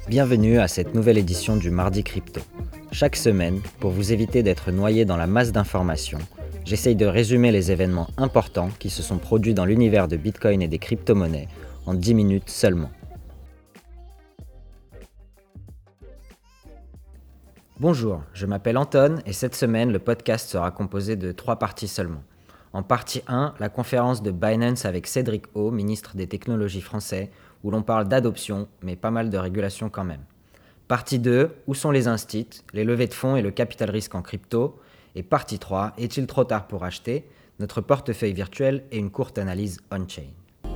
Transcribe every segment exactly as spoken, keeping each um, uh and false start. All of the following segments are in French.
Bienvenue à cette nouvelle édition du Mardi Crypto. Chaque semaine, pour vous éviter d'être noyé dans la masse d'informations, j'essaye de résumer les événements importants qui se sont produits dans l'univers de Bitcoin et des crypto-monnaies en dix minutes seulement. Bonjour, je m'appelle Anton et cette semaine, le podcast sera composé de trois parties seulement. En partie un, la conférence de Binance avec Cédric O, ministre des Technologies français, où l'on parle d'adoption, mais pas mal de régulation quand même. Partie deux, où sont les instits, les levées de fonds et le capital risque en crypto. Et partie trois, est-il trop tard pour acheter, notre portefeuille virtuel et une courte analyse on-chain.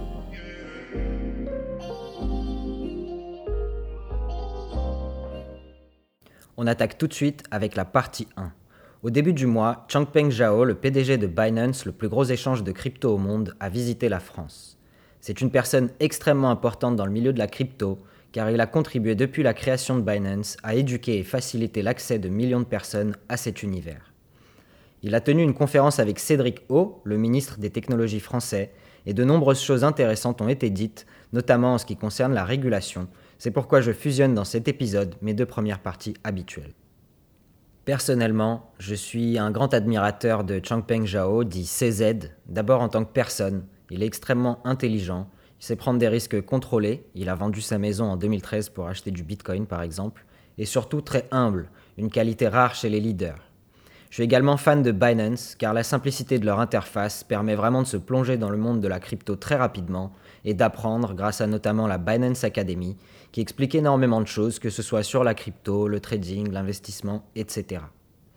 On attaque tout de suite avec la partie un. Au début du mois, Changpeng Zhao, le P D G de Binance, le plus gros échange de crypto au monde, a visité la France. C'est une personne extrêmement importante dans le milieu de la crypto, car il a contribué depuis la création de Binance à éduquer et faciliter l'accès de millions de personnes à cet univers. Il a tenu une conférence avec Cédric O, le ministre des Technologies français, et de nombreuses choses intéressantes ont été dites, notamment en ce qui concerne la régulation. C'est pourquoi je fusionne dans cet épisode mes deux premières parties habituelles. Personnellement, je suis un grand admirateur de Changpeng Zhao, dit C Z, d'abord en tant que personne. Il est extrêmement intelligent, il sait prendre des risques contrôlés, il a vendu sa maison en deux mille treize pour acheter du Bitcoin par exemple, et surtout très humble, une qualité rare chez les leaders. Je suis également fan de Binance, car la simplicité de leur interface permet vraiment de se plonger dans le monde de la crypto très rapidement et d'apprendre grâce à notamment la Binance Academy, qui explique énormément de choses, que ce soit sur la crypto, le trading, l'investissement, et cetera.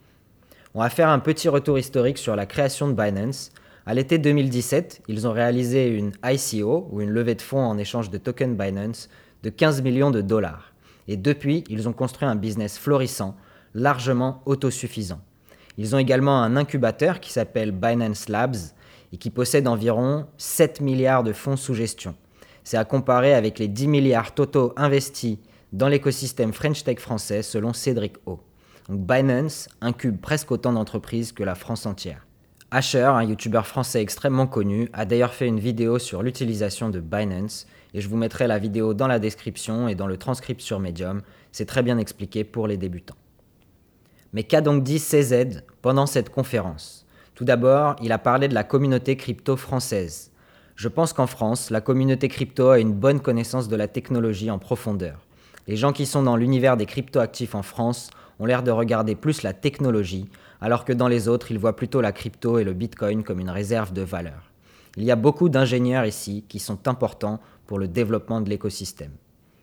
On va faire un petit retour historique sur la création de Binance. À l'été deux mille dix-sept, ils ont réalisé une I C O, ou une levée de fonds en échange de tokens Binance, de quinze millions de dollars. Et depuis, ils ont construit un business florissant, largement autosuffisant. Ils ont également un incubateur qui s'appelle Binance Labs et qui possède environ sept milliards de fonds sous gestion. C'est à comparer avec les dix milliards totaux investis dans l'écosystème French Tech français selon Cédric O. Donc Binance incube presque autant d'entreprises que la France entière. Asher, un youtubeur français extrêmement connu, a d'ailleurs fait une vidéo sur l'utilisation de Binance et je vous mettrai la vidéo dans la description et dans le transcript sur Medium. C'est très bien expliqué pour les débutants. Mais qu'a donc dit C Z pendant cette conférence ? Tout d'abord, il a parlé de la communauté crypto française. Je pense qu'en France, la communauté crypto a une bonne connaissance de la technologie en profondeur. Les gens qui sont dans l'univers des crypto-actifs en France ont l'air de regarder plus la technologie, alors que dans les autres, ils voient plutôt la crypto et le Bitcoin comme une réserve de valeur. Il y a beaucoup d'ingénieurs ici qui sont importants pour le développement de l'écosystème.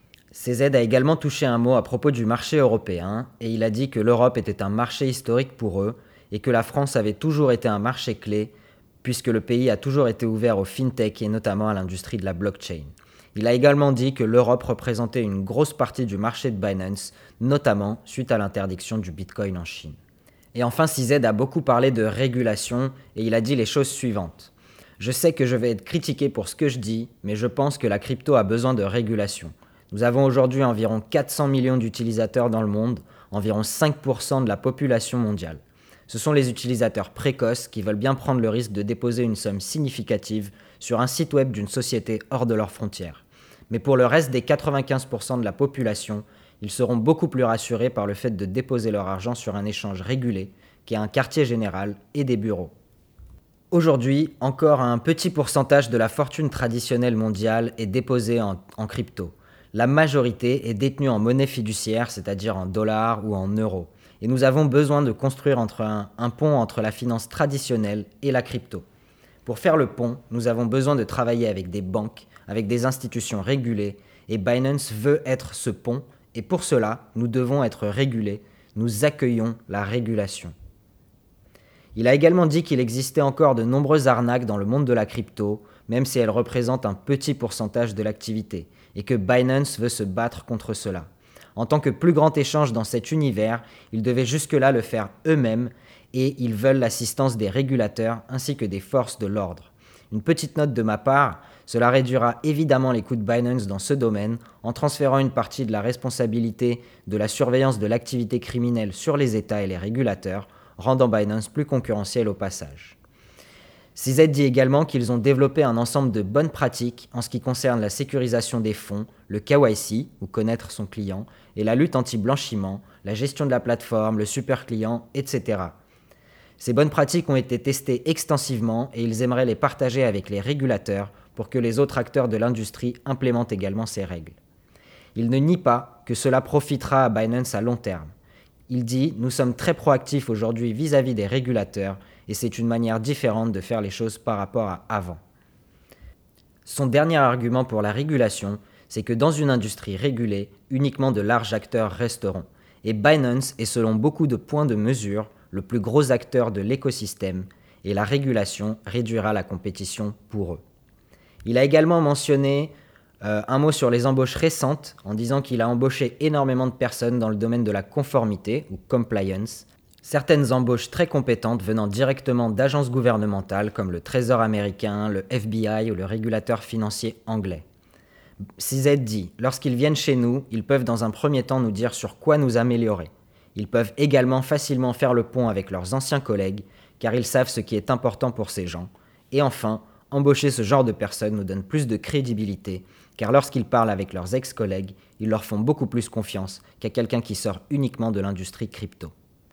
C Z a également touché un mot à propos du marché européen, et il a dit que l'Europe était un marché historique pour eux, et que la France avait toujours été un marché clé, puisque le pays a toujours été ouvert aux fintech et notamment à l'industrie de la blockchain. Il a également dit que l'Europe représentait une grosse partie du marché de Binance, notamment suite à l'interdiction du Bitcoin en Chine. Et enfin, C Z a beaucoup parlé de régulation, et il a dit les choses suivantes. Je sais que je vais être critiqué pour ce que je dis, mais je pense que la crypto a besoin de régulation. Nous avons aujourd'hui environ quatre cents millions d'utilisateurs dans le monde, environ cinq pour cent de la population mondiale. Ce sont les utilisateurs précoces qui veulent bien prendre le risque de déposer une somme significative sur un site web d'une société hors de leurs frontières. Mais pour le reste des quatre-vingt-quinze pour cent de la population, ils seront beaucoup plus rassurés par le fait de déposer leur argent sur un échange régulé, qui a un quartier général et des bureaux. Aujourd'hui, encore un petit pourcentage de la fortune traditionnelle mondiale est déposée en, en crypto. La majorité est détenue en monnaie fiduciaire, c'est-à-dire en dollars ou en euros. Et nous avons besoin de construire entre un, un pont entre la finance traditionnelle et la crypto. Pour faire le pont, nous avons besoin de travailler avec des banques, avec des institutions régulées, et Binance veut être ce pont, et pour cela, nous devons être régulés, nous accueillons la régulation. Il a également dit qu'il existait encore de nombreuses arnaques dans le monde de la crypto, même si elles représentent un petit pourcentage de l'activité, et que Binance veut se battre contre cela. En tant que plus grand échange dans cet univers, ils devaient jusque-là le faire eux-mêmes, et ils veulent l'assistance des régulateurs ainsi que des forces de l'ordre. Une petite note de ma part, cela réduira évidemment les coûts de Binance dans ce domaine en transférant une partie de la responsabilité de la surveillance de l'activité criminelle sur les États et les régulateurs, rendant Binance plus concurrentiel au passage. C Z dit également qu'ils ont développé un ensemble de bonnes pratiques en ce qui concerne la sécurisation des fonds, le K Y C, ou connaître son client, et la lutte anti-blanchiment, la gestion de la plateforme, le super client, et cetera. Ces bonnes pratiques ont été testées extensivement et ils aimeraient les partager avec les régulateurs pour que les autres acteurs de l'industrie implémentent également ces règles. Il ne nie pas que cela profitera à Binance à long terme. Il dit « Nous sommes très proactifs aujourd'hui vis-à-vis des régulateurs et c'est une manière différente de faire les choses par rapport à avant. » Son dernier argument pour la régulation, c'est que dans une industrie régulée, uniquement de larges acteurs resteront. Et Binance est selon beaucoup de points de mesure le plus gros acteur de l'écosystème et la régulation réduira la compétition pour eux. Il a également mentionné euh, un mot sur les embauches récentes en disant qu'il a embauché énormément de personnes dans le domaine de la conformité ou compliance, certaines embauches très compétentes venant directement d'agences gouvernementales comme le Trésor américain, le F B I ou le régulateur financier anglais. C Z dit « Lorsqu'ils viennent chez nous, ils peuvent dans un premier temps nous dire sur quoi nous améliorer. Ils peuvent également facilement faire le pont avec leurs anciens collègues, car ils savent ce qui est important pour ces gens. Et enfin, embaucher ce genre de personnes nous donne plus de crédibilité, car lorsqu'ils parlent avec leurs ex-collègues, ils leur font beaucoup plus confiance qu'à quelqu'un qui sort uniquement de l'industrie crypto. »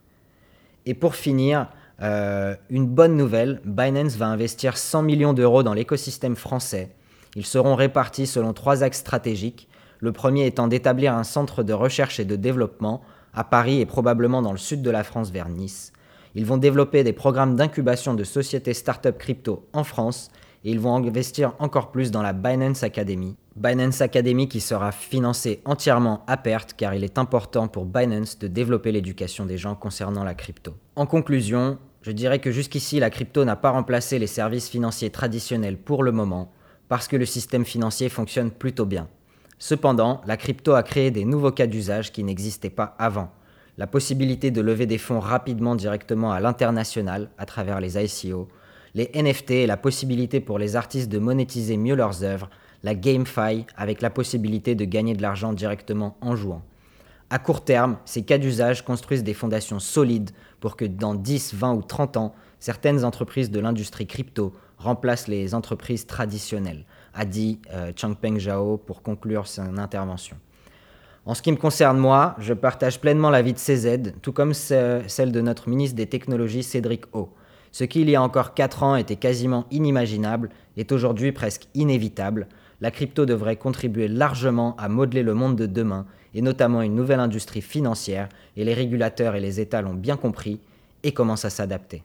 Et pour finir, euh, une bonne nouvelle, Binance va investir cent millions d'euros dans l'écosystème français. Ils seront répartis selon trois axes stratégiques, le premier étant d'établir un centre de recherche et de développement à Paris et probablement dans le sud de la France vers Nice. Ils vont développer des programmes d'incubation de sociétés start-up crypto en France et ils vont investir encore plus dans la Binance Academy. Binance Academy qui sera financée entièrement à perte car il est important pour Binance de développer l'éducation des gens concernant la crypto. En conclusion, je dirais que jusqu'ici la crypto n'a pas remplacé les services financiers traditionnels pour le moment parce que le système financier fonctionne plutôt bien. Cependant, la crypto a créé des nouveaux cas d'usage qui n'existaient pas avant. La possibilité de lever des fonds rapidement directement à l'international à travers les I C O, les N F T et la possibilité pour les artistes de monétiser mieux leurs œuvres, la GameFi avec la possibilité de gagner de l'argent directement en jouant. À court terme, ces cas d'usage construisent des fondations solides pour que dans dix, vingt ou trente ans, certaines entreprises de l'industrie crypto remplacent les entreprises traditionnelles, a dit euh, Changpeng Zhao pour conclure son intervention. En ce qui me concerne moi, je partage pleinement l'avis de C Z, tout comme celle de notre ministre des Technologies Cédric O. Ce qui il y a encore quatre ans était quasiment inimaginable est aujourd'hui presque inévitable. La crypto devrait contribuer largement à modeler le monde de demain et notamment une nouvelle industrie financière et les régulateurs et les États l'ont bien compris et commencent à s'adapter.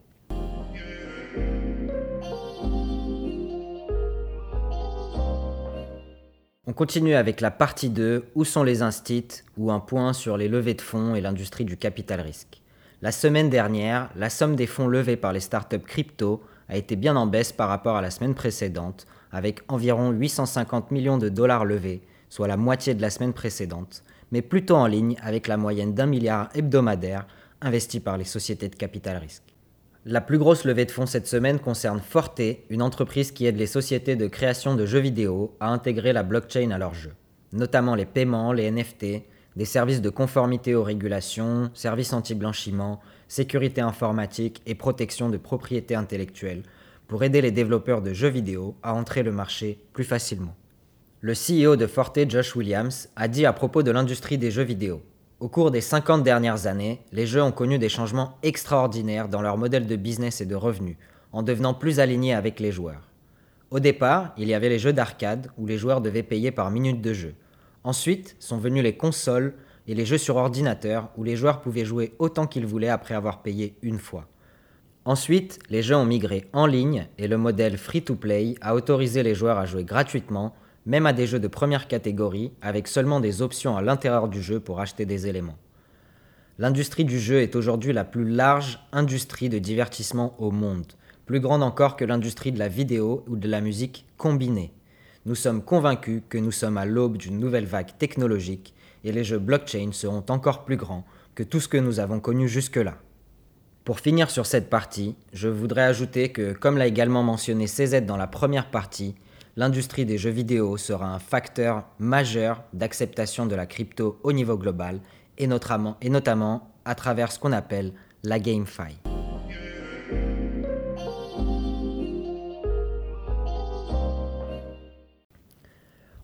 On continue avec la partie deux, où sont les instits, ou un point sur les levées de fonds et l'industrie du capital risque. La semaine dernière, la somme des fonds levés par les startups crypto a été bien en baisse par rapport à la semaine précédente, avec environ huit cent cinquante millions de dollars levés, soit la moitié de la semaine précédente, mais plutôt en ligne avec la moyenne d'un milliard hebdomadaire investi par les sociétés de capital risque. La plus grosse levée de fonds cette semaine concerne Forte, une entreprise qui aide les sociétés de création de jeux vidéo à intégrer la blockchain à leurs jeux, notamment les paiements, les N F T, des services de conformité aux régulations, services anti-blanchiment, sécurité informatique et protection de propriété intellectuelle, pour aider les développeurs de jeux vidéo à entrer le marché plus facilement. Le C E O de Forte, Josh Williams, a dit à propos de l'industrie des jeux vidéo: au cours des cinquante dernières années, les jeux ont connu des changements extraordinaires dans leur modèle de business et de revenus, en devenant plus alignés avec les joueurs. Au départ, il y avait les jeux d'arcade, où les joueurs devaient payer par minute de jeu. Ensuite, sont venus les consoles et les jeux sur ordinateur, où les joueurs pouvaient jouer autant qu'ils voulaient après avoir payé une fois. Ensuite, les jeux ont migré en ligne, et le modèle free-to-play a autorisé les joueurs à jouer gratuitement, même à des jeux de première catégorie, avec seulement des options à l'intérieur du jeu pour acheter des éléments. L'industrie du jeu est aujourd'hui la plus large industrie de divertissement au monde, plus grande encore que l'industrie de la vidéo ou de la musique combinée. Nous sommes convaincus que nous sommes à l'aube d'une nouvelle vague technologique et les jeux blockchain seront encore plus grands que tout ce que nous avons connu jusque-là. Pour finir sur cette partie, je voudrais ajouter que, comme l'a également mentionné C Z dans la première partie, l'industrie des jeux vidéo sera un facteur majeur d'acceptation de la crypto au niveau global et notamment, et notamment à travers ce qu'on appelle la GameFi.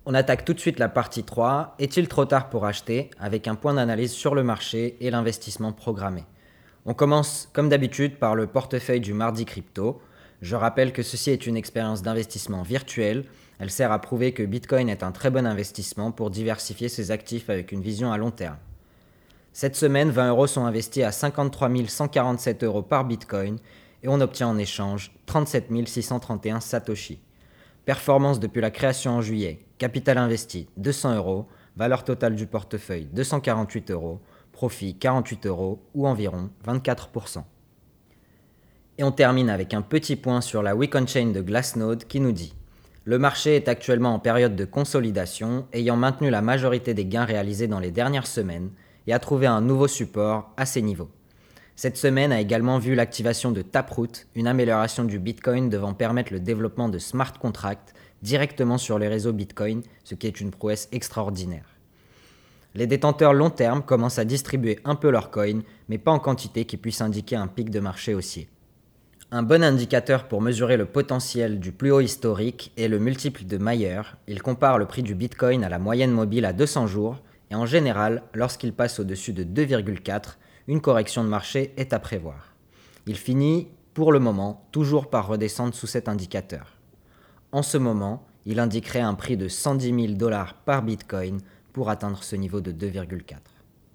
On attaque tout de suite la partie trois, est-il trop tard pour acheter, avec un point d'analyse sur le marché et l'investissement programmé. On commence comme d'habitude par le portefeuille du Mardi Crypto. Je rappelle que ceci est une expérience d'investissement virtuelle. Elle sert à prouver que Bitcoin est un très bon investissement pour diversifier ses actifs avec une vision à long terme. Cette semaine, vingt euros sont investis à cinquante-trois mille cent quarante-sept euros par Bitcoin et on obtient en échange trente-sept mille six cent trente et un Satoshi. Performance depuis la création en juillet, capital investi deux cents euros, valeur totale du portefeuille deux cent quarante-huit euros, profit quarante-huit euros ou environ vingt-quatre pour cent. Et on termine avec un petit point sur la Week on Chain de Glassnode qui nous dit « Le marché est actuellement en période de consolidation, ayant maintenu la majorité des gains réalisés dans les dernières semaines et a trouvé un nouveau support à ces niveaux. Cette semaine a également vu l'activation de Taproot, une amélioration du Bitcoin devant permettre le développement de smart contracts directement sur les réseaux Bitcoin, ce qui est une prouesse extraordinaire. Les détenteurs long terme commencent à distribuer un peu leurs coins, mais pas en quantité qui puisse indiquer un pic de marché haussier. Un bon indicateur pour mesurer le potentiel du plus haut historique est le multiple de Mayer. Il compare le prix du Bitcoin à la moyenne mobile à deux cents jours, et en général, lorsqu'il passe au-dessus de deux virgule quatre, une correction de marché est à prévoir. Il finit, pour le moment, toujours par redescendre sous cet indicateur. En ce moment, il indiquerait un prix de cent dix mille dollars par Bitcoin pour atteindre ce niveau de deux virgule quatre.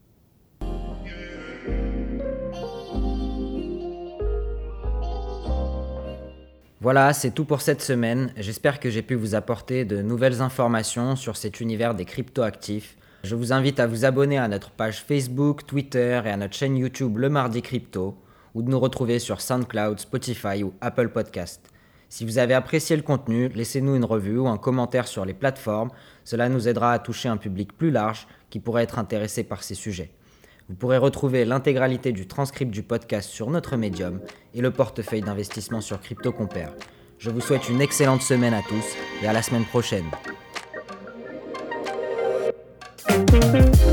Voilà, c'est tout pour cette semaine. J'espère que j'ai pu vous apporter de nouvelles informations sur cet univers des crypto-actifs. Je vous invite à vous abonner à notre page Facebook, Twitter et à notre chaîne YouTube Le Mardi Crypto, ou de nous retrouver sur SoundCloud, Spotify ou Apple Podcast. Si vous avez apprécié le contenu, laissez-nous une revue ou un commentaire sur les plateformes. Cela nous aidera à toucher un public plus large qui pourrait être intéressé par ces sujets. Vous pourrez retrouver l'intégralité du transcript du podcast sur notre Medium et le portefeuille d'investissement sur CryptoCompare. Je vous souhaite une excellente semaine à tous et à la semaine prochaine. Thank you.